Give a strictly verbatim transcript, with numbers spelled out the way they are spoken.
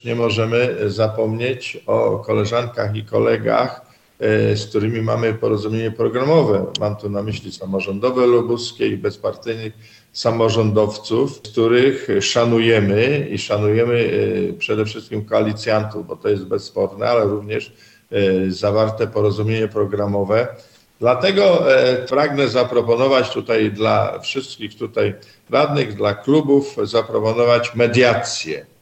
Nie możemy zapomnieć o koleżankach i kolegach, z którymi mamy porozumienie programowe. Mam tu na myśli samorządowe lubuskie i bezpartyjnych samorządowców, których szanujemy i szanujemy przede wszystkim koalicjantów, bo to jest bezsporne, ale również zawarte porozumienie programowe. Dlatego pragnę zaproponować tutaj dla wszystkich tutaj radnych, dla klubów, zaproponować mediację.